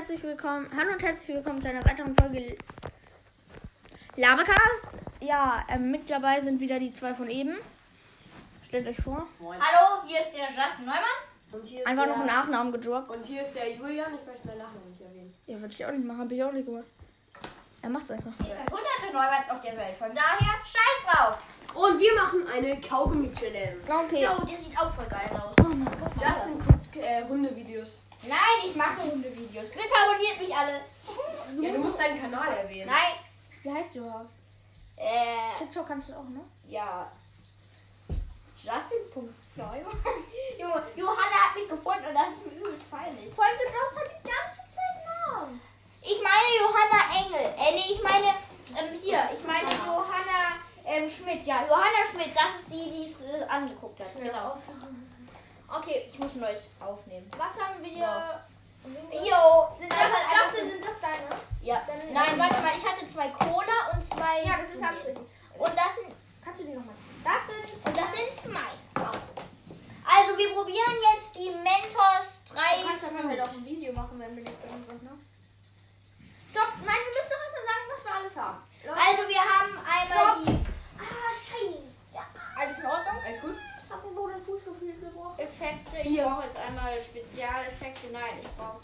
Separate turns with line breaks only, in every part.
herzlich willkommen. Hallo und herzlich willkommen zu einer weiteren Folge Labercast. Ja, mit dabei sind wieder die zwei von eben. Stellt euch vor.
Moin. Hallo, hier ist der Justin Neumann.
Und hier ist
Einfach
der,
noch einen Nachnamen gedroppt.
Und hier ist der Julian. Ich möchte meinen Nachnamen nicht erwähnen.
Ja, würde ich auch nicht machen. Habe ich auch nicht gemacht. Er macht's einfach.
Es gibt hunderte Neumanns auf der Welt. Von daher, scheiß drauf.
Und wir machen eine Kaugummi-Challenge.
Okay.
Jo, der sieht auch voll geil aus.
Justin guckt Hundevideos.
Nein, ich mache Hundevideos. Bitte abonniert mich alle.
Ja, du musst deinen Kanal erwähnen.
Nein.
Wie heißt du überhaupt? TikTok kannst du auch, ne?
Ja. Justin.neumann. Junge, Johanna hat mich gefunden und das ist mir übelst peinlich.
Vor allem, du brauchst halt die ganze Zeit Namen.
Ich meine Johanna Engel. Nee, ich meine, hier. Ich meine Johanna Schmidt. Ja, Johanna Schmidt. Das ist die es angeguckt hat. Genau. Okay, ich muss ein neues aufnehmen.
Was haben wir?
Ja.
Jo,
Sind das deine?
Ja. Nein, warte mal, ich hatte 2 Cola und 2.
Ja, das ist abschließend.
Und das sind.
Kannst du die nochmal? Das sind.
Und das sind meine. Also wir probieren jetzt die Mentos 3.
Du kannst dann halt auch ein Video machen, wenn wir nicht drin sind, ne? Stopp, nein, wir müssen doch erstmal sagen, was wir alles haben.
Also wir haben einmal
Stopp.
die.
Scheiße.
Ja, alles in Ordnung?
Alles gut?
Ich habe wohl den Fußgefühl gebrochen.
Effekte. Ich
Hier.
brauche jetzt einmal Spezialeffekte. Nein, ich brauche.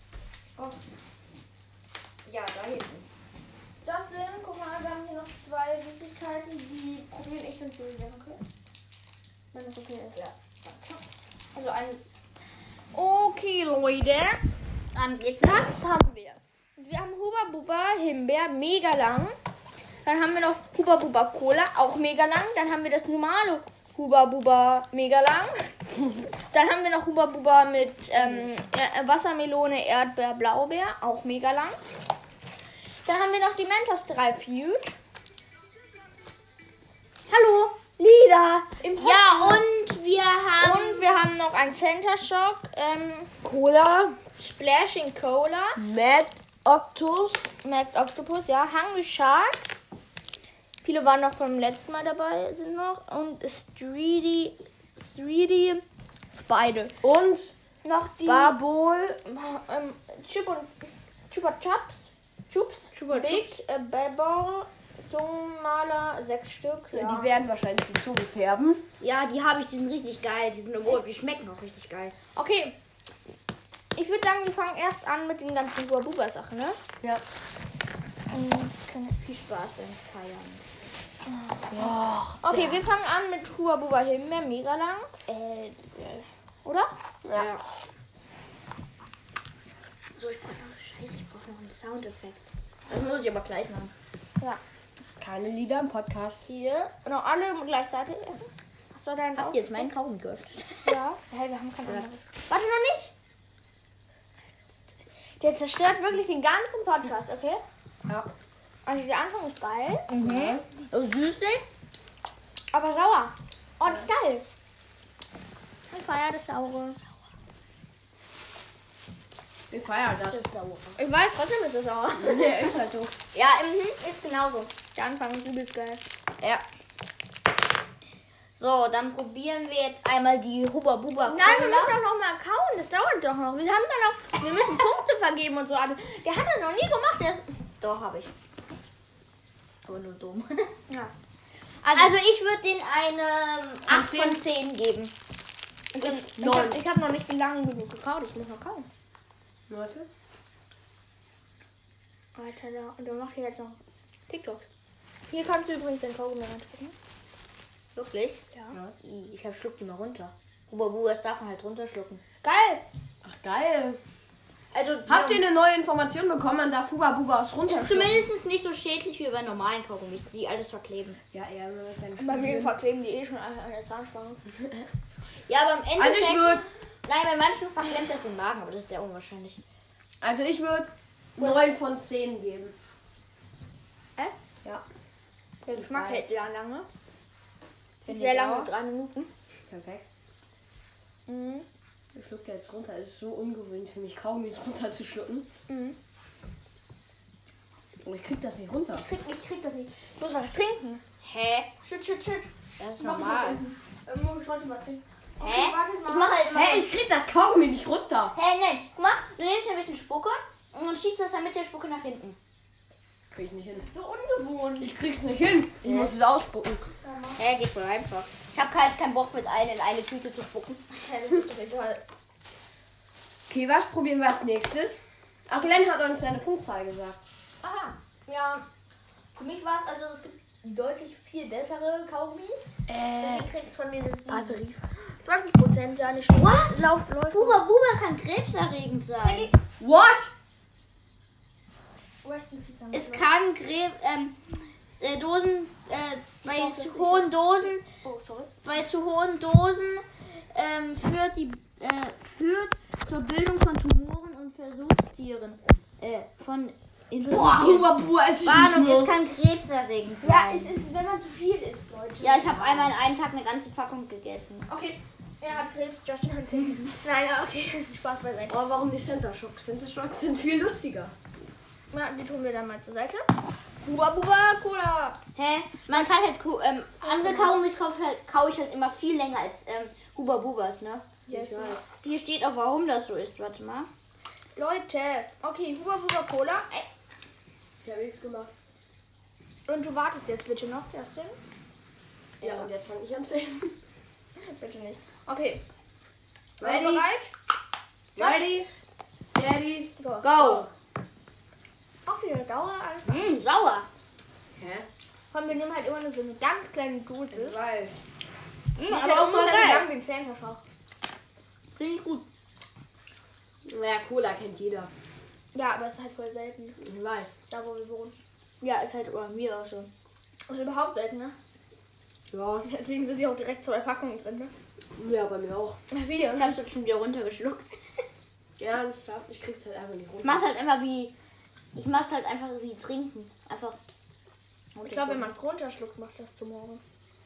Ja, da hinten.
Justin, guck mal, wir haben hier noch 2 Süßigkeiten, die probieren ich und Julian, okay? Wenn das okay ist.
Ja.
Also ein. Okay, Leute.
Jetzt
Das haben wir. Wir haben Huba Buba Himbeer, mega lang. Dann haben wir noch Huba Buba Cola, auch mega lang. Dann haben wir das normale Huba Buba, mega lang. Dann haben wir noch Huba Buba mit Wassermelone, Erdbeer, Blaubeer, auch mega lang. Dann haben wir noch die Mentos 3 Fuse. Hallo, Lieder im Podcast.
Ja, und wir haben.
Und wir haben noch ein Center Shock,
Cola.
Splashing Cola,
Mad
Octopus, ja, Hungry Shark. Viele waren noch vom letzten Mal dabei, sind noch. Und 3D beide.
Und
Noch die
Barbol.
Chupa Chups, Big Babble, Zungenmaler, 6 Stück. Ja.
Die werden wahrscheinlich die Zunge färben.
Ja, die habe ich, die sind richtig geil. Die schmecken auch richtig geil.
Okay. Ich würde sagen, wir fangen erst an mit den ganzen Huba-Buba-Sachen, ne?
Ja.
Viel Spaß beim Feiern.
Okay, wir fangen an mit Huba-Buba Himbeer, mega lang. Oder?
Ja.
So, ich brauche noch. Scheiße, ich brauche noch einen Soundeffekt. Das muss ich aber gleich machen.
Ja.
Keine Lieder im Podcast.
Hier. Noch alle gleichzeitig essen. Hast du deinen
Habt ihr jetzt meinen Kaugummi geöffnet?
Ja. Hey, wir haben keinen anderen. Warte noch nicht. Der zerstört wirklich den ganzen Podcast, okay?
Ja.
Also der Anfang ist geil,
Mhm. So süßlich.
aber sauer. Oh, das ist geil. Ich feiere das Saure.
Wir feiern das.
Ich weiß, trotzdem ist das sauer.
Der ist halt so.
Ja, ist genauso.
Der Anfang ist übelst geil.
Ja. So, dann probieren wir jetzt einmal die Huba Buba Cola.
Nein, wir müssen auch noch mal kauen. Das dauert doch noch. Wir müssen Punkte vergeben und so. Also, der hat das noch nie gemacht. Der ist,
Doch, habe ich. Aber nur dumm.
ja.
Also ich würde den eine 8
10?
von 10 geben.
Ich hab noch nicht lange genug gekaut. Ich muss noch kauen.
Leute.
Alter, der macht hier jetzt noch TikToks. Hier kannst du übrigens den Kaugummi reinstecken.
Wirklich?
Ja.
Ich hab schluck die mal runter. Huba Buba, das darf man halt runterschlucken.
Geil.
Ach, geil.
Also
Habt ihr eine neue Information bekommen? Man darf Huba Buba aus
ist
runterschlucken.
zumindest nicht so schädlich wie bei normalen Kaugummis, die alles verkleben.
Ja, eher wenn es eine
Bei mir
Studie-
verkleben die eh schon an der Zahnspange.
Ja, aber im
Also
Endeffekt...
ich würde
Nein, bei manchen verklemmt das den Magen, aber das ist sehr unwahrscheinlich.
ich würd 9 von 10 geben. Ja.
Der Geschmack hält ja lange.
Finde
Sehr
ich
lange,
auch.
3 Minuten.
Perfekt.
Mhm.
Ich schluck jetzt runter. Es ist so ungewöhnlich für mich, Kaugummis runterzuschlucken.
Mhm.
Und ich krieg das nicht runter.
Ich krieg das nicht. Ich muss was trinken.
Hä?
Shit.
Das ist normal.
Ich wollte was trinken.
Hä?
wartet mal.
Ich mach halt mal...
Hä, ich krieg das Kaugummi nicht runter.
Hä, nein. Guck mal, du nimmst ein bisschen Spucke. und schiebst das dann mit der Spucke nach hinten.
Krieg ich nicht hin.
So ungewohnt.
Ich krieg's nicht hin. Ich muss es ausspucken.
Ja, geht voll einfach. Ich habe halt keinen Bock mit allen in eine Tüte zu spucken.
Ja, das ist doch egal.
Okay, was probieren wir als nächstes? Ach, Len hat uns seine Punktzahl gesagt.
Aha. Ja. Für mich war es, also es gibt deutlich viel bessere Kaugummis. Deswegen kriegst du von mir
Also rief
20%, ja nicht schlecht.
What?
Läuft.
Buba kann krebserregend sein.
What?
Es kann Dosen, bei zu hohen Dosen,
Oh, sorry.
führt zur Bildung von Tumoren und Versuchstieren.
Boah, Huba, es ist
Warnung,
nicht nur.
es kann krebserregend sein.
Ja, es ist, wenn man zu viel isst, Leute.
Ja, ich habe einmal in einem Tag eine ganze Packung gegessen.
Okay. Er hat Krebs, Justin hat Krebs. Nein, ja, okay. Spaß beiseite.
Oh, warum die Center Shocks? Center Shocks sind viel lustiger.
Ja, die tun wir dann mal zur Seite. Buba Cola.
Hä? Man kann halt andere Kaugummis kaufe ich halt immer viel länger als Huba Bubas, ne?
Yes.
Ich weiß.
Hier steht auch, warum das so ist. Warte mal.
Leute, okay, Buba Cola.
Ich habe nichts gemacht.
Und du wartest jetzt bitte noch, Justin?
Ja, und jetzt fange ich an zu essen.
Bitte nicht. Okay.
Ready?
Bereit?
Ready? Steady?
Go!
Auch wieder Dauer an.
Sauer.
Hä?
Komm, wir nehmen halt immer nur so eine ganz kleine
Ich
Dose.
weiß.
Aber auch voll geil.
lang wie ein Zähnverschau.
Finde ich gut.
Naja, Cola kennt jeder.
Ja, aber es ist halt voll selten.
Ich weiß.
Da, wo wir wohnen.
Ja, ist halt bei mir auch so.
Ist überhaupt selten, ne?
Ja.
Deswegen sind die auch direkt 2 Packungen drin, ne?
Ja, bei mir auch.
Wir.
Ich hab's jetzt schon wieder runtergeschluckt.
Ja, das darf. Ich krieg's halt einfach nicht
Ich
runter.
mach's halt einfach wie trinken. Einfach.
Ich glaube, wenn man es runterschluckt, macht das zu morgen.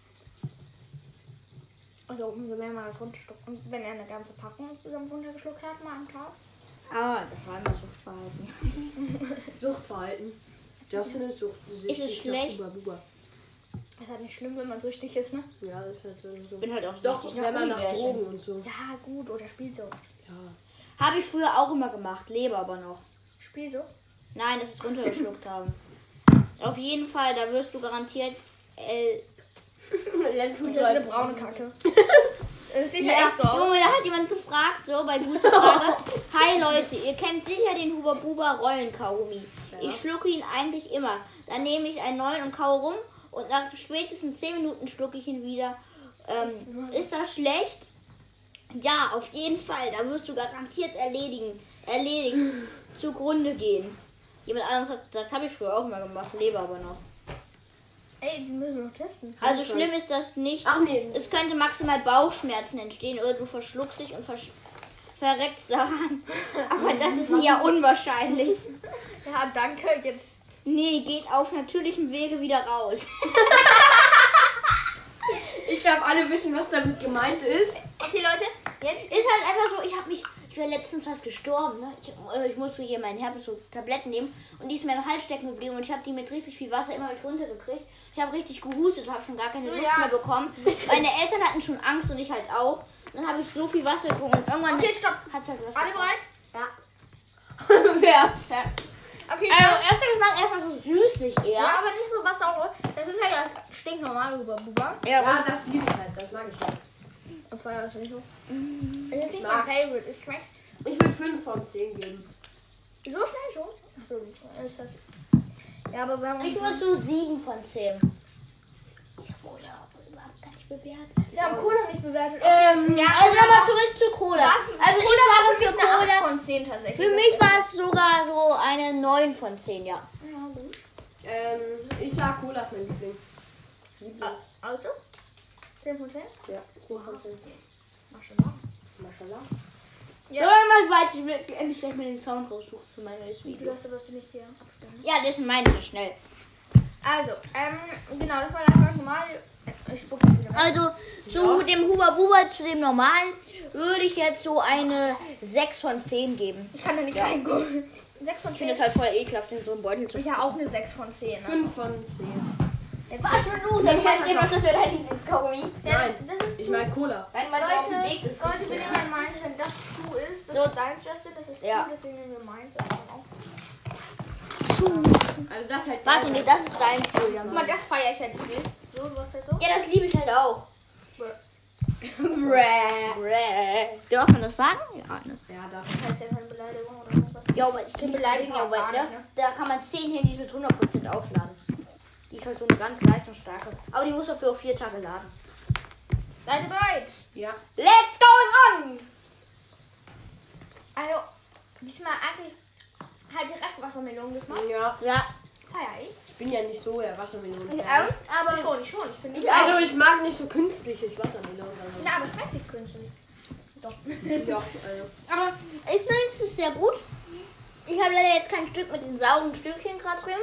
Also umso mehr man es runterschluckt. Und wenn er eine ganze Packung insgesamt runtergeschluckt hat, mal am Tag.
Ah, das war immer Suchtverhalten.
Suchtverhalten. Justin ist süchtig.
Ist es schlecht?
nach Huba Buba.
Ist halt nicht schlimm, wenn man süchtig ist, ne?
Ja, das ist halt so.
Ich bin halt auch
Doch,
süchtig
wenn man nach
Gummibärchen.
Drogen und so.
Ja, gut. Oder Spielsucht.
Ja.
Habe ich früher auch immer gemacht, lebe aber noch.
Spielsucht?
Nein, dass es runtergeschluckt haben. Auf jeden Fall, da wirst du garantiert
Len tut
Und
so,
das ist
als
eine braune Kacke. Es sieht ja
Ja,
echt so aus.
Junge, da hat jemand gefragt, so bei gute Frage. Hi Leute, ihr kennt sicher den Huba Buba Rollenkaugummi.
Ja.
Ich schlucke ihn eigentlich immer. Dann nehme ich einen neuen und kaue rum und nach spätestens 10 Minuten schlucke ich ihn wieder. Ist das schlecht? Ja, auf jeden Fall. Da wirst du garantiert erledigen, zugrunde gehen. Jemand anderes hat gesagt, habe ich früher auch immer gemacht, lebe aber noch.
Ey, die müssen wir noch testen.
Also
schon.
schlimm ist das nicht.
Ach nee.
Es könnte maximal Bauchschmerzen entstehen oder du verschluckst dich und verreckst daran. Aber das ist eher unwahrscheinlich.
Ja, danke. Jetzt.
Nee, geht auf natürlichem Wege wieder raus.
Ich glaube, alle wissen, was damit gemeint ist.
Okay, Leute, jetzt ist halt einfach so, ich wäre letztens fast gestorben, ne? Ich musste hier meinen Herpes so Tabletten nehmen und die ist mir im Hals stecken geblieben und ich habe die mit richtig viel Wasser immer wieder runtergekriegt. Ich habe richtig gehustet, habe schon gar keine Luft
Ja.
mehr bekommen. Meine Eltern hatten schon Angst und ich halt auch. Dann habe ich so viel Wasser getrunken und irgendwann
Okay, stopp.
hat es halt was
Alle
gebracht.
bereit?
Wer?
Okay,
Also, erster Geschmack erstmal so süßlich eher.
ja, aber nicht so was auch. Das ist halt das stinknormale Huba Buba.
Ja, das liebe ich halt. Das mag ich halt.
Und Feuer ist nicht so. Das ist nicht
mag-
mein Favorite. Es schmeckt
Ich will 5 von 10 geben.
so schnell schon. Achso, ist das. Ja, aber wir haben
Ich würde so 7 von 10. Ich habe Cola überhaupt gar nicht bewertet.
wir haben Cola nicht bewertet.
Also nochmal zurück zu Cola. Also ich sage für
eine 8
Cola,
von 10 tatsächlich.
für mich war es sogar so eine 9 von 10, ja.
Ja, gut.
Ich sag Cola ist mein Liebling. Lieblings.
Also? 10 von 10?
Ja, 10 von 10.
Maschallah.
Maschallah.
Ja.
So, dann mach ich weiter. Ich will endlich gleich mal den Sound raussuchen für mein neues
Du
Video.
hast aber nicht hier abstellen.
Ja, das sind meine schnell.
Also, genau, das war einfach normal. Ich spucke das wieder weg.
Also zu dem Huba Buba, zu dem normalen, würde ich jetzt so eine 6 von 10 geben.
Ich kann da nicht reingucken. 6 von
Ich finde
10.
es halt voll ekelhaft, in so einen Beutel zu
Ja, auch eine 6 von 10. Ne?
5 von 10.
Jetzt
Was für ein Loser? Ich weiß eben, das wäre dein Lieblingskaugummi.
Nein,
Das ist
ich
zu-
meine Cola.
Wenn man so auf dem
Leute,
Weg ist.
Leute, wir nehmen meins, wenn das zu ist. Das
So.
ist deins, Justin. Das ist
Ja.
zu, deswegen nehmen wir meins. Das ist dann auch.
Also das halt.
Warte, nee, das ist dein Julian.
Guck mal, das feiere ich halt wirklich. So, du hast halt so.
Ja, das liebe ich halt auch. Darf man das sagen? Ja, ne?
Ja, das.
Das heißt ja keine Beleidigung oder was.
Ja, aber ich
Die
beleidigen ja,
gar
aber,
nicht,
ne?
ne?
Da kann man 10 Handys mit 100% aufladen. Die ist halt so eine ganz leistungsstarke. Aber die muss dafür auf 4 Tage laden.
Seid ihr bereit?
Ja.
Let's going on!
Also, diesmal eigentlich halt direkt Wassermelonen gemacht.
Ja.
Ja.
Feier ich.
Ich bin ja nicht so der Wassermelonen.
Aber schon. Ich finde
Ich
Also ich mag nicht so künstliches Wassermelonen.
Na, aber schmeckt nicht künstlich. Doch.
Ja, also.
Aber ich finde es ist sehr gut. Ich habe leider jetzt kein Stück mit den sauren Stückchen gerade drin.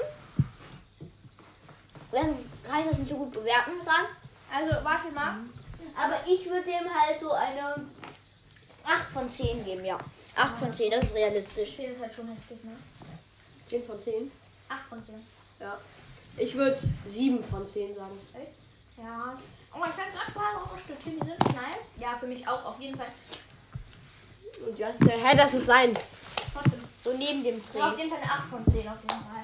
Dann kann ich das nicht so gut bewerten dran.
Also, warte mal.
Aber ich würde dem halt so eine 8 von 10 geben, ja. 8 von 10, das ist realistisch.
Ich finde das halt schon heftig, ne?
10 von 10.
8 von 10.
Ja. Ich würde 7 von 10 sagen.
Ja. Oh, ich habe gerade mal noch ein Stückchen. Die sind klein. Ja, für mich auch auf jeden Fall.
Und ja, hä, das ist sein.
Trotzdem.
So neben dem
Ja, auf
Dreh.
jeden Fall eine 8 von 10 auf jeden Fall.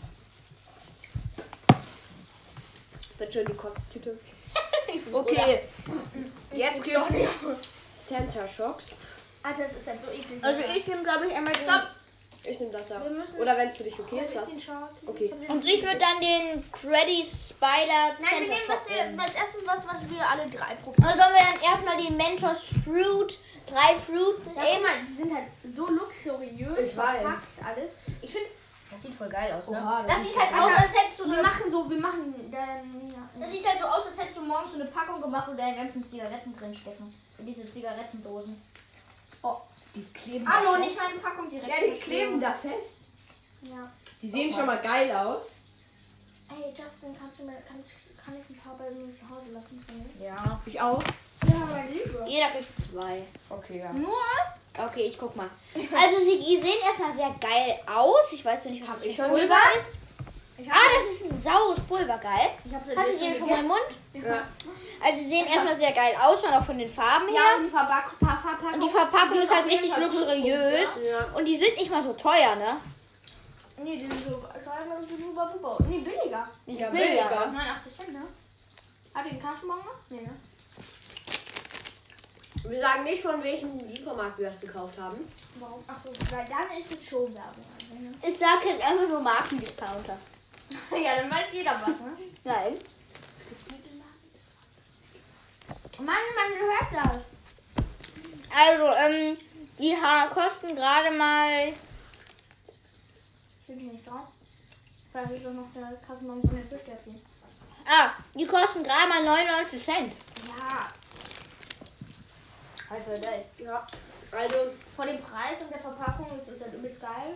Wird schon die Kotztüte. Okay. Jetzt gibt Center Shocks.
Alter, das ist halt so eklig.
Also ich nehme, glaube ich, einmal den...
Stopp.
Ich nehme das da.
Wir müssen-
Oder wenn es für dich okay ist, was? Okay.
Und ich würde dann den Creddy Spider
Nein, wir
Center
nehmen
Shock nehmen.
als erstes was wir alle 3 probieren.
Also sollen wir dann erstmal den Mentos Fruit, 3 Fruit
Ja, guck
nehmen?
mal, die sind halt so luxuriös.
Ich weiß.
verpackt, alles. Ich finde,
Das sieht voll geil aus, ne?
Oha,
das sieht halt aus, als hättest du
Wir
wir machen dann, ja. Das sieht halt so aus, als hättest du morgens so eine Packung gemacht, wo deine ganzen Zigaretten drin stecken. So diese Zigarettendosen.
Oh, die kleben
Hallo,
da
nicht
fest.
meine Packung direkt.
Ja, die
verschlungen.
kleben da fest.
Ja.
Die sehen schon mal geil aus.
Hey Justin, kann ich ein paar bei mir zu Hause lassen?
Ja.
Ich auch.
Ja, mein Lieber.
Jeder kriegt 2.
Okay, ja.
Nur?
Okay, ich guck mal. Also die sehen erstmal sehr geil aus. Ich weiß noch nicht, was das
ich
für
schon
Pulver
gesagt?
ist. Das ist ein saures Pulver, geil.
Ich hab's
Hattet ihr schon mal im Mund?
Ja.
Also sie sehen erstmal sehr geil aus, auch von den Farben her.
Ja, und die Verpackung.
Und die Verpackung ist halt
auf jeden
richtig
Fall
luxuriös.
Pluspunkt,
Ja.
Und die sind nicht mal so teuer, ne?
Nee, die sind so teuer und sind Huba Buba. Nee, billiger.
Die sind
Ja,
billiger.
billiger.
89 Cent, ne? Hat ihr den Kassenbon noch? Nee, ne?
Wir sagen nicht, von welchem Supermarkt wir das gekauft haben.
Warum? Achso, weil dann ist es schon Werbung. Also, ne?
Ich sag jetzt einfach nur Markendiscounter.
Ja, dann weiß jeder was, ne?
Nein.
Mann, man hört das.
Also, die kosten gerade mal...
Steht hier nicht drauf. Vielleicht ist auch noch der Kassenbon von den Fischstäbchen.
Die kosten gerade mal 99 Cent.
Ja,
Halt voll geil.
Ja. Also,
vor dem Preis und der Verpackung ist das halt übelst geil.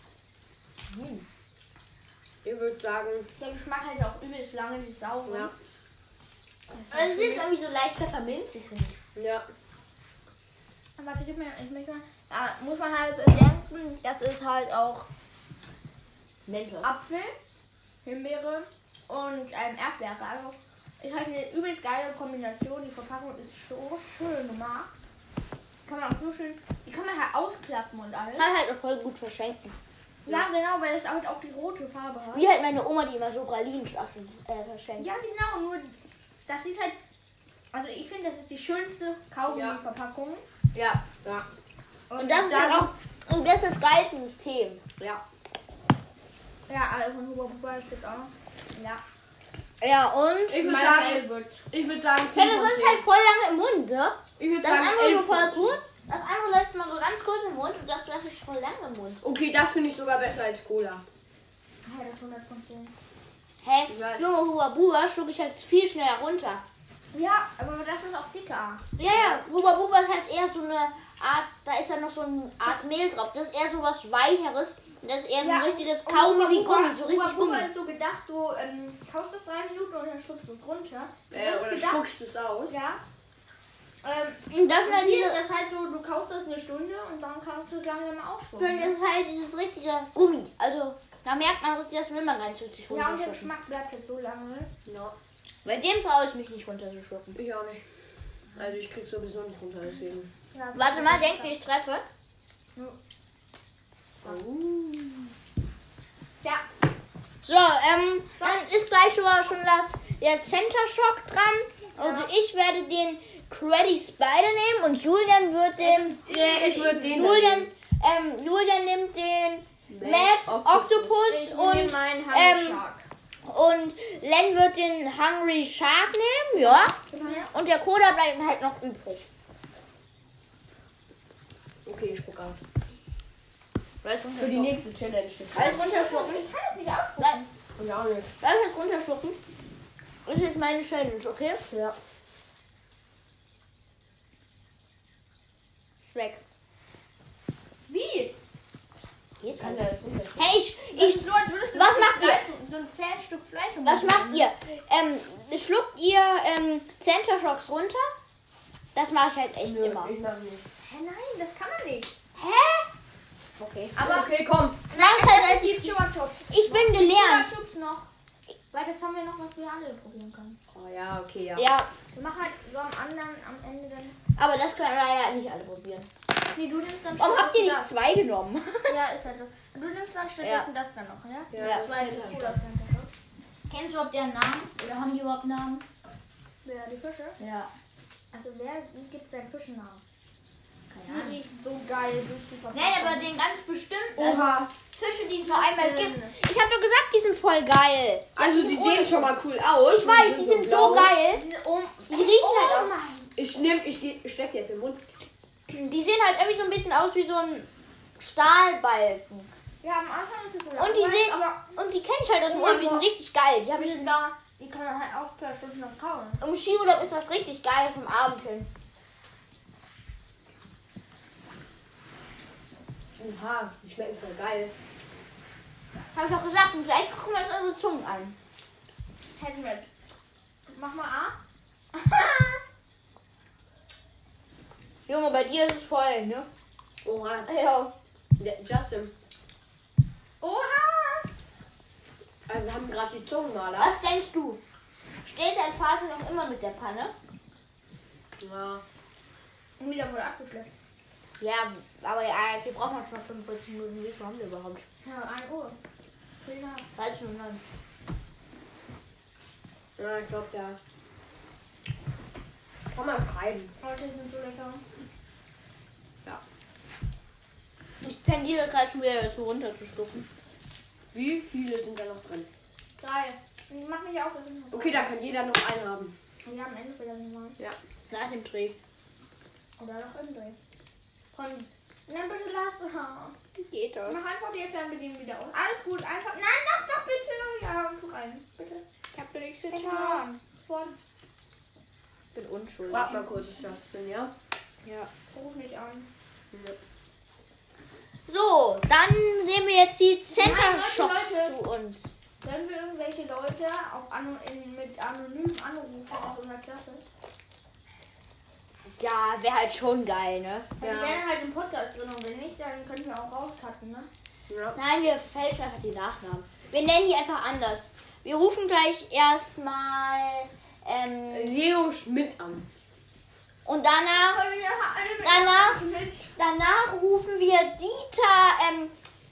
ich würde sagen,
Der Geschmack hält auch übelst lange, die Saure.
ja.
Also es ist irgendwie so leicht pfefferminzig, finde ich.
Ja.
Warte, gib mir, ich möchte mal. Da muss man halt bedenken, das ist halt auch
Mentos.
Apfel, Himbeere und Erdbeere. Also ist halt eine übelst geile Kombination. Die Verpackung ist so schön gemacht. Kann man auch so schön, die kann man halt ausklappen und alles.
Kann halt auch voll gut verschenken.
Ja, genau, weil das halt auch die rote Farbe hat.
Wie halt meine Oma, die immer so Pralinenstacheln verschenkt.
Ja, genau, nur das sieht halt. Also ich finde, das ist die schönste Kaugummi-Verpackung.
Ja. Ja.
Und das ist halt auch... Und das ist das geilste System.
Ja.
Ja, also von Huba Buba, das gibt auch noch. Ja.
Ja, und...
Ich würde
Meine
sagen,
Favorite.
ich würde sagen, 10
Ja, das
von
ist
10.
halt voll lange im Mund, ne?
Ich würde
Das
sagen,
andere
11
so voll
von 10.
kurz, das andere lässt man so ganz kurz im Mund und das lasse ich voll lange im Mund.
Okay, das finde ich sogar besser als Cola.
Ja, das 100 von 10.
Hä?
Ich weiß.
Junge Huba Buba schluck ich halt viel schneller runter.
Ja, aber das ist auch dicker.
Ja, Huba Buba ist halt eher so eine Art, da ist ja noch so eine Art Mehl drauf. Das ist eher so was Weicheres und das ist eher so ein richtiges Kaugummi wie Gummi, so richtig
Huba Buba
Gummi.
ist so gedacht, du kaufst das 3 Minuten und dann schluckst du es runter.
Oder
gedacht,
spuckst es aus.
ja.
Und das ist halt
Hier
diese,
ist das halt so, du kaufst das eine Stunde und dann kannst du es langsam ausspucken.
das ist halt dieses richtige Gummi. Also da merkt man richtig, das will man gar nicht so richtig
Ja, und der
runterschlucken.
Geschmack bleibt jetzt so lange.
Ja.
Bei dem traue ich mich nicht runterzuschlucken.
Ich auch nicht. Also ich krieg sowieso nicht runter, deswegen.
Ja,
Warte mal, denk, wie ich treffe.
Ja, So, dann ist gleich schon der Center Shock dran. Also ich werde den Creddy Spider nehmen und Julian wird den...
Ich würde den
Julian nimmt den Max Octopus und
meinen Shark.
und Len wird den Hungry Shark nehmen, ja. Und der Cola bleibt dann halt noch übrig.
Okay, ich spuck aus.
Für
die nächste Challenge.
Alles runterschlucken.
Ich kann das nicht aussprechen.
Ja, nicht.
Lass es runterschlucken. Das ist meine Challenge, okay?
Ja.
Ist weg.
Wie?
Geht's
Kann
halt.
der das runter?
Hey,
Das ist so, als würdest du
Was
so
macht ihr?
So ein 10 Stück Fleisch.
Was macht ihr? Schluckt ihr Center Shocks runter? Das mache ich halt echt immer.
Ich mach nicht.
Hä, nein, das kann man nicht.
Hä? Okay.
Aber
Okay, komm.
Das ist halt als
die Chupa Chups.
ich bin gelernt.
Chupa Chups noch. Weil das haben wir noch, was wir alle probieren können.
Oh ja, okay, ja.
Ja,
Wir machen halt so am Ende dann.
aber das können leider nicht alle probieren.
Nee, du nimmst dann
Warum habt ihr nicht
stattdessen
2 genommen?
das. Ja, ist halt so. Du nimmst dann stattdessen das dann noch, ja?
Ja,
das war
das
jetzt
ist
cool
halt
aus Center.
Kennst du überhaupt deren Namen? Oder haben die überhaupt Namen?
Wer, die Fische?
Ja.
Also wer gibt seinen Fischen Namen?
Keine Ahnung.
Die riechen so geil durch die Verpackung.
Nein, aber den ganz bestimmt.
Oha.
Fische, die es nur einmal gibt. Ich habe doch gesagt, die sind voll geil.
Also die sehen schon mal cool aus.
Ich weiß, die sind so geil. Die riechen halt auch.
Ich steck dir jetzt im Mund.
Die sehen halt irgendwie so ein bisschen aus wie so ein Stahlbalken.
Ja, am Anfang ist es so
Und die
langweilig,
sehen,
aber
und die kenne ich halt aus dem Urlaub, die sind richtig geil. Die habe
die
ich
sind da, die kann man halt auch 2 Stunden noch kauen.
im Skiurlaub ist das richtig geil vom Abend hin.
Oha, die schmecken voll geil.
Habe ich auch gesagt, und gleich gucken wir uns unsere Zungen an.
Helmet. Mach mal A.
Junge, bei dir ist es voll, ne?
Oha.
Ja.
Der Justin.
Oha!
Also wir haben gerade die Zungenmaler.
Was denkst du? Steht dein Vater noch immer mit der Panne?
Ja.
Und wieder wurde abgeschleppt.
Ja, aber der ARC braucht manchmal 45 Minuten. Wie viel haben wir überhaupt?
Ja, 1 Uhr. 10 nach.
13 und 9.
Ja, ich glaube ja. Kann man schreiben.
Heute sind so lecker.
Ich tendiere gerade schon wieder dazu runterzustufen.
Wie viele sind da noch drin?
3. Ich mach nicht auf, das sind noch
Okay, da kann jeder noch einen haben.
Und wir haben am Ende wieder nicht mal.
Ja.
Nach dem Dreh.
Oder noch im Dreh. Komm. Nein, bitte lass.
Geht das?
Mach einfach die Fernbedienung wieder aus. Alles gut, einfach. Nein, lass doch bitte. Ja, tu rein. Bitte.
Ich hab dir nichts
getan. Vorne.
Ich bin unschuldig.
Warte mal kurz, ist Justin, ja?
Ja.
Ruf nicht an.
So, dann nehmen wir jetzt die Center
Nein,
Shocks
Leute.
zu uns.
Sollen wir irgendwelche Leute mit anonymen anrufen aus unserer Klasse?
Ja, wäre halt schon geil, ne?
Ja. Die werden halt im Podcast drin und wenn nicht, dann können wir auch rauscutten, ne?
Ja.
Nein, wir fälschen einfach die Nachnamen. Wir nennen die einfach anders. Wir rufen gleich erstmal
Leo Schmidt an.
und danach rufen wir Dieter,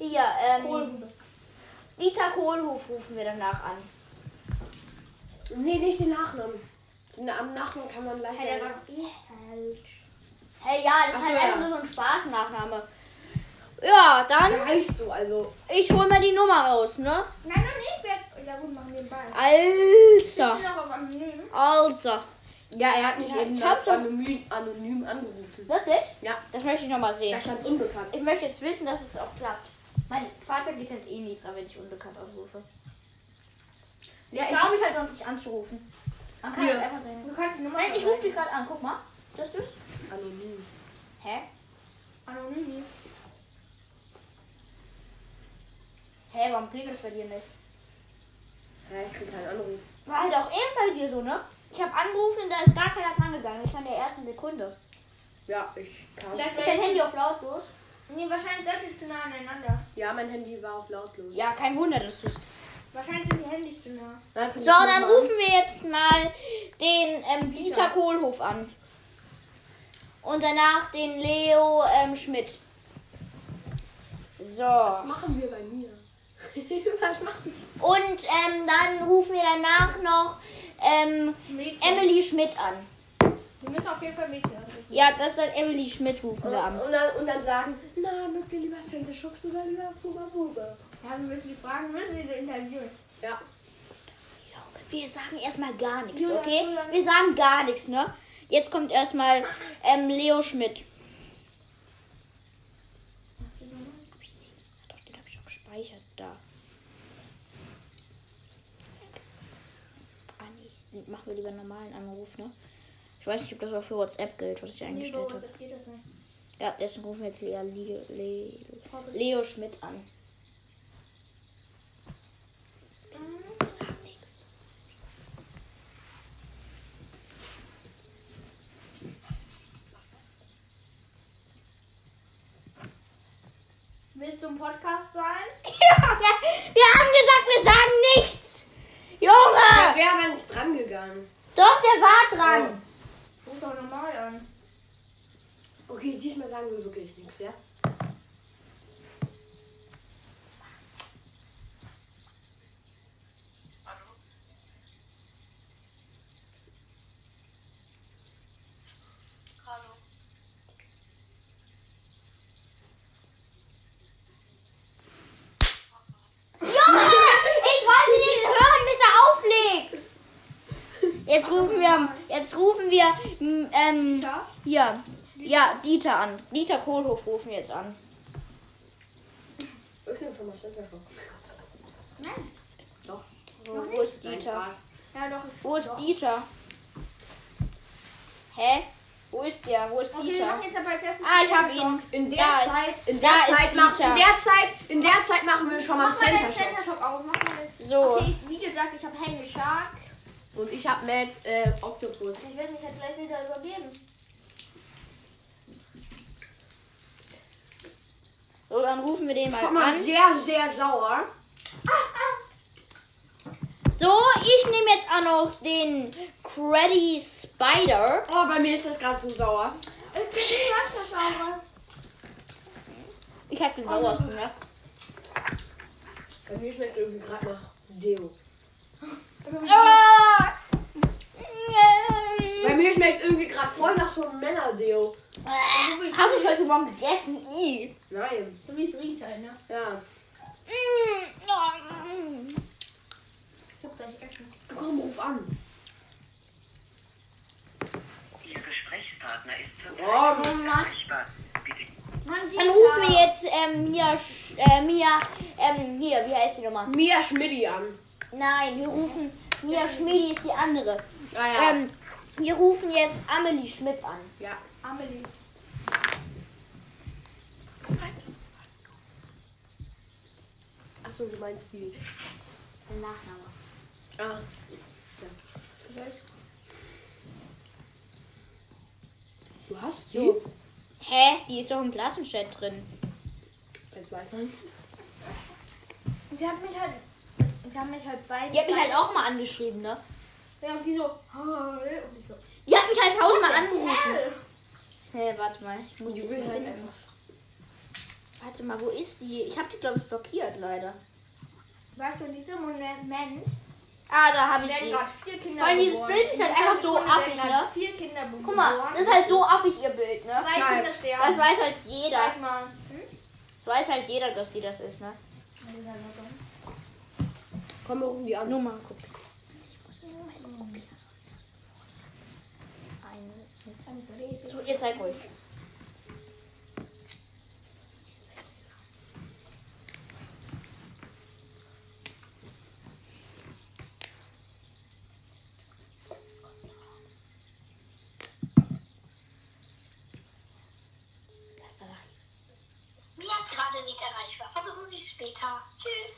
Dieter Kohlhof rufen wir danach an.
Nee, nicht den Nachnamen. Am Nachnamen kann man leichter...
Hey, der war doch eh falsch.
Hey, ja, das
Ach
ist
so,
halt
ja.
einfach nur so ein Spaßnachname. Ja, dann,
Der heißt so, also...
ich hol mal die Nummer raus, ne?
Nein, noch nicht. Ja gut, machen wir den Ball.
Alter.
Ich bin noch auf anonym.
Alter.
Ja, er hat nicht
Ja,
eben
ich hab's doch-
anonym angerufen.
Wirklich?
Ja.
Das möchte ich nochmal
Da
sehen.
stand unbekannt.
Ich möchte jetzt wissen, dass es auch klappt. Mein Vater geht halt eh nie dran, wenn ich unbekannt anrufe.
Ja,
Ich traue mich halt sonst nicht anzurufen. Man kann
Hier.
halt einfach sein.
Du kannst die Nummer
Nein, ich rufe
verwenden.
dich gerade an. Guck mal. Das ist.
Anonym.
Hä?
Anonym.
Hä, warum klingelt es bei dir nicht?
Ja, ich krieg keinen Anruf.
War halt auch eben bei dir so, ne? Ich habe angerufen und da ist gar keiner dran gegangen. Ich war in der ersten Sekunde.
Ja, ich kann.
Vielleicht
Ist dein Handy auf lautlos?
Nee, wahrscheinlich seid ihr zu nah aneinander.
Ja, mein Handy war auf lautlos.
Ja, kein Wunder, dass du es.
Wahrscheinlich sind die Handys zu nah.
Warte,
So,
ich mach
dann
mal
rufen wir jetzt mal den Dieter Kohlhof an. Und danach den Leo Schmidt. So.
Was machen wir bei mir? Was machen wir?
Und dann rufen wir danach noch Emily Schmidt an.
Wir müssen auf jeden Fall Mädchen anrufen.
Ja, das ist dann Emily Schmidt rufen wir an.
Und dann sagen, na, mögt ihr lieber Center Shocks oder lieber Huba Buba?
Ja, wir müssen die fragen, wir müssen diese interviewen.
Ja.
Wir sagen erstmal gar nichts, okay? Wir sagen gar nichts, ne? Jetzt kommt erstmal Leo Schmidt. Doch, den habe ich schon gespeichert da. Ah, nee. Machen wir lieber einen normalen Anruf, ne? Ich weiß nicht, ob das auch für WhatsApp gilt, was ich eingestellt habe.
Geht das nicht.
Ja, deswegen rufen wir jetzt Leo Schmidt an. Wir sagen nichts.
Willst du im Podcast sein?
Wir haben gesagt, wir sagen nichts. Junge!
Ja, wäre aber nicht dran gegangen.
Doch, der war dran.
Ruf doch normal an.
Okay, diesmal sagen wir wirklich nichts, ja?
Junge! Ich wollte den hören, bis er auflegt. Jetzt rufen wir hier. Ja, Dieter an. Dieter Kohlhoff rufen wir jetzt an.
Ich nehme schon mal Center Shocks.
Nein.
Doch.
Wo ist Dieter?
Ja, doch.
Wo ist Dieter? Hä? Wo ist der? Wo ist
Okay, wir
Dieter?
machen jetzt aber als erstes
Ah, ich habe ihn.
In der
Da ist-
Zeit,
da ist Dieter.
in der Zeit machen wir schon mal
Mach mal den
Center
Center
Shocks.
Shock auf. Mach mal den.
So.
Okay, wie gesagt, ich habe Henry Shark.
Und ich habe mit Octopus.
Ich werde mich jetzt gleich wieder übergeben.
So, dann rufen wir den mal
Guck mal,
an.
sehr, sehr sauer.
So, ich nehme jetzt auch noch den Creddy Spider.
Oh, bei mir ist das gerade so sauer.
Ich bin nicht Wassersauber.
Ich habe den sauersten, ne?
Bei mir schmeckt irgendwie gerade nach Deo.
Ah!
Bei mir schmeckt irgendwie gerade voll nach so einem Männer-Deo.
Hast du es heute Morgen gegessen? I.
Nein.
So wie es riecht halt, ne?
Ja.
Ich hab gleich Essen.
Komm, ruf an.
Ihr Gesprächspartner ist zurzeit
Oh,
nicht erreichbar. Bitte.
Mann,
Dann rufen wir jetzt Mia, wie heißt die nochmal?
Mia Schmidti an.
Nein, wir rufen Mia Schmidi ist die andere.
Ah ja.
Wir rufen jetzt Amelie Schmidt an.
Ja.
Amelie.
Achso, du meinst die.
Der Nachname.
Ah. Du hast die?
So. Hä? Die ist doch im Klassenchat drin.
Jetzt weiß man.
Die hat mich halt. Die haben mich halt beide.
Die hat mich halt auch mal angeschrieben, ne?
Ja, und die so. Und ich so.
Die hat mich halt tausendmal angerufen. Hä, warte mal. Ich muss die
will halt
einfach. Warte mal, wo ist die? Ich habe die, glaube ich, blockiert, leider.
Weißt du, diese Moment.
Ah, da habe ich
werden
sie.
gerade 4 Kinder
Vor allem dieses
geboren.
Bild ist halt
In
einfach
dieser
so
Sekunde
affig,
werden
ne?
gerade 4 Kinder geboren.
Guck mal, das ist halt so affig, ihr Bild, ne?
2
Nein.
Kinder sterben.
Das weiß halt jeder.
Sag mal.
Das weiß halt jeder, dass die das ist, ne?
Komm, wir rufen die an.
Nummer kopieren. Ich muss die Nummer jetzt kopieren. So, ihr seid ruhig. Lass da nach.
Mia ist gerade nicht erreichbar. Versuchen Sie es später. Tschüss.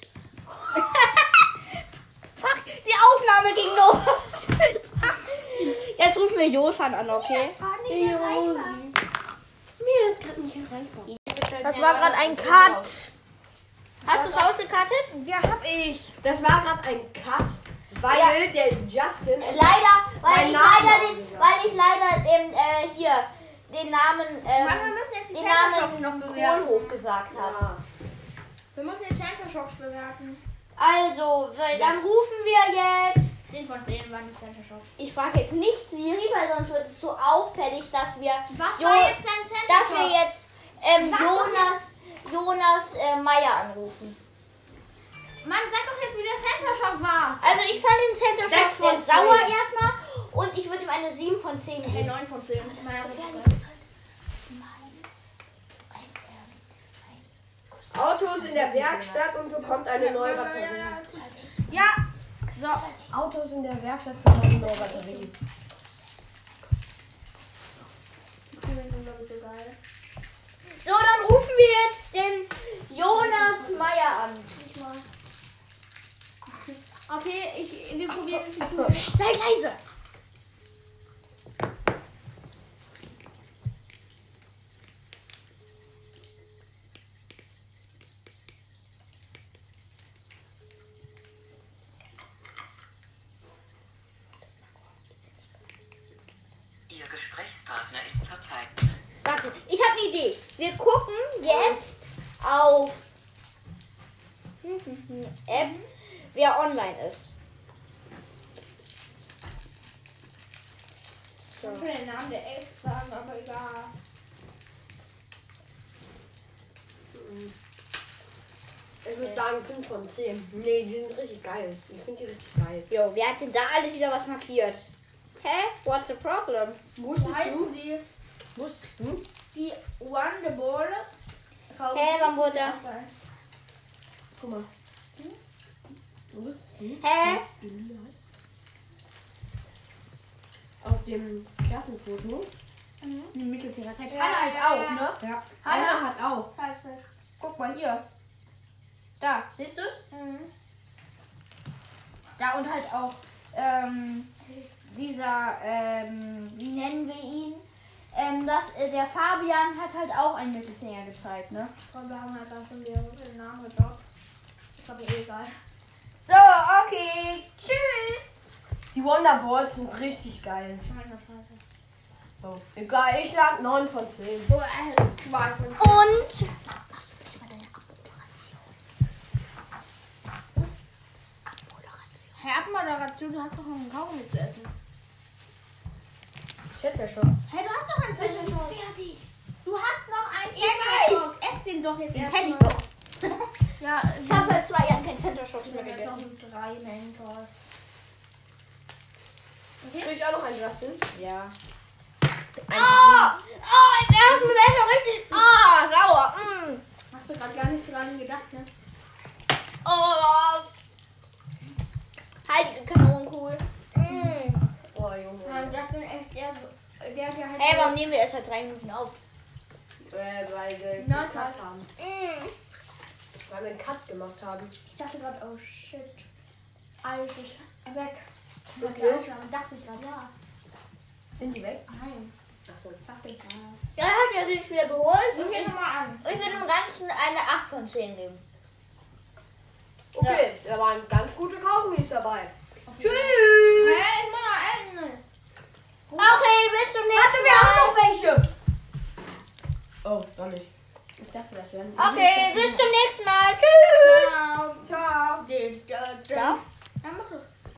Fuck, die Aufnahme ging los. Jetzt rufen wir Josan an, okay?
Mir ist gerade nicht erreichbar.
Das war gerade ein Cut.
Hast du es rausgekattet?
Ja, hab ich.
Das war gerade ein Cut, weil der Justin.
Leider,
Mein Name
weil ich leider den Namen,
Mann, wir müssen jetzt die
den
Center Shocks
Namen
noch bewerten.
Kohlhof gesagt habe.
Ja.
Wir müssen jetzt Center Shocks bewerten.
Also, dann rufen wir jetzt.
10 von 10 waren die Center Shocks.
Ich frage jetzt nicht Siri, weil sonst wird es so auffällig, dass wir.
Was war jetzt dein Center
Dass
Shock?
wir jetzt Jonas Meier anrufen.
Mann, sag doch jetzt, wie der Center Shock war.
Also ich fand den Center Shock
6 von
sehr sauer
10.
erstmal und ich würde ihm eine 7 von 10 geben.
9 von 10.
Autos in der Werkstatt und bekommt eine neue Batterie.
Ja. So.
Autos in der Werkstatt bekommt eine neue Batterie.
So, dann rufen wir jetzt den Jonas Meier an.
Okay, wir probieren es jetzt.
Sei leise.
Ihr Gesprächspartner ist zurzeit.
Warte, ich habe eine Idee. Wir gucken jetzt auf App, wer online ist. So.
Ich will den Namen der App sagen, aber egal.
Ich würde sagen 5 von 10. Nee, die sind richtig geil. Ich finde die richtig geil.
Jo, wer hat denn da alles wieder was markiert? Hä? What's the problem?
Wo heißen die?
Wusstest du?
Die Wonderball.
Hä, wann wurde er?
Guck mal. Wusstest du?
Hä?
was Julia heißt? Auf dem Staffelfoto.
Die Mittelfinger zeigt.
Ja,
Hanna halt
ja,
auch,
ja.
ne?
Ja.
Hanna
Anna hat auch.
Guck mal hier. Da, siehst du es? Da und halt auch dieser, wie nennen wir ihn? Der Fabian hat halt auch einen Mittelfinger gezeigt, ne? Und wir haben halt auch schon wieder den Namen gedroppt. Ist aber egal. So, okay. Tschüss.
Die Wonderballs sind richtig geil.
Schon manchmal scheiße.
So. Egal, ich sag 9 von 10.
Und
Herr Abmoderation, du hast doch noch einen Kaugummi zu essen.
Ich hätte ja schon.
Hey, du hast doch einen Center-Shock.
fertig.
Du hast noch einen
Ich weiß.
Center-Shock. Ess den doch jetzt
Den
erst
kenn ich
mal.
doch.
Ja,
Ich habe seit 2 Jahren kein Center Shock mehr
jetzt noch
gegessen.
3 Mentos.
Krieg ich auch noch einen Justin?
Ja. Im ersten Moment noch richtig. Sauer.
Hast du gerade gar nicht dran gedacht, ne?
Heilige Kanonenkugel.
Oh, Junge.
Man sagt dann echt, der hat ja halt.
Hey, warum nehmen wir erst seit 3 Minuten auf?
Weil wir
Na,
einen Cut haben. Weil wir einen Cut gemacht haben.
Ich dachte gerade, oh shit. Alles ist weg.
Wirklich?
Und dachte ich gerade, ja.
Sind sie weg?
Nein.
Achso.
Dachte ich, ja.
Ja, hat er sich wieder beholt.
Guck dir nochmal an.
Ich würde dem Ganzen eine 8 von 10 geben.
Okay, da waren ganz gute Kaugummis dabei. Tschüss!
Hey, ich muss noch essen.
Okay, bis zum nächsten
Warte, wir haben
Mal.
noch welche! Oh, doch nicht. Ich dachte, das wären.
Okay, bis zum nächsten Mal. Tschüss.
Ciao.
Ciao!
Ciao.
Ciao.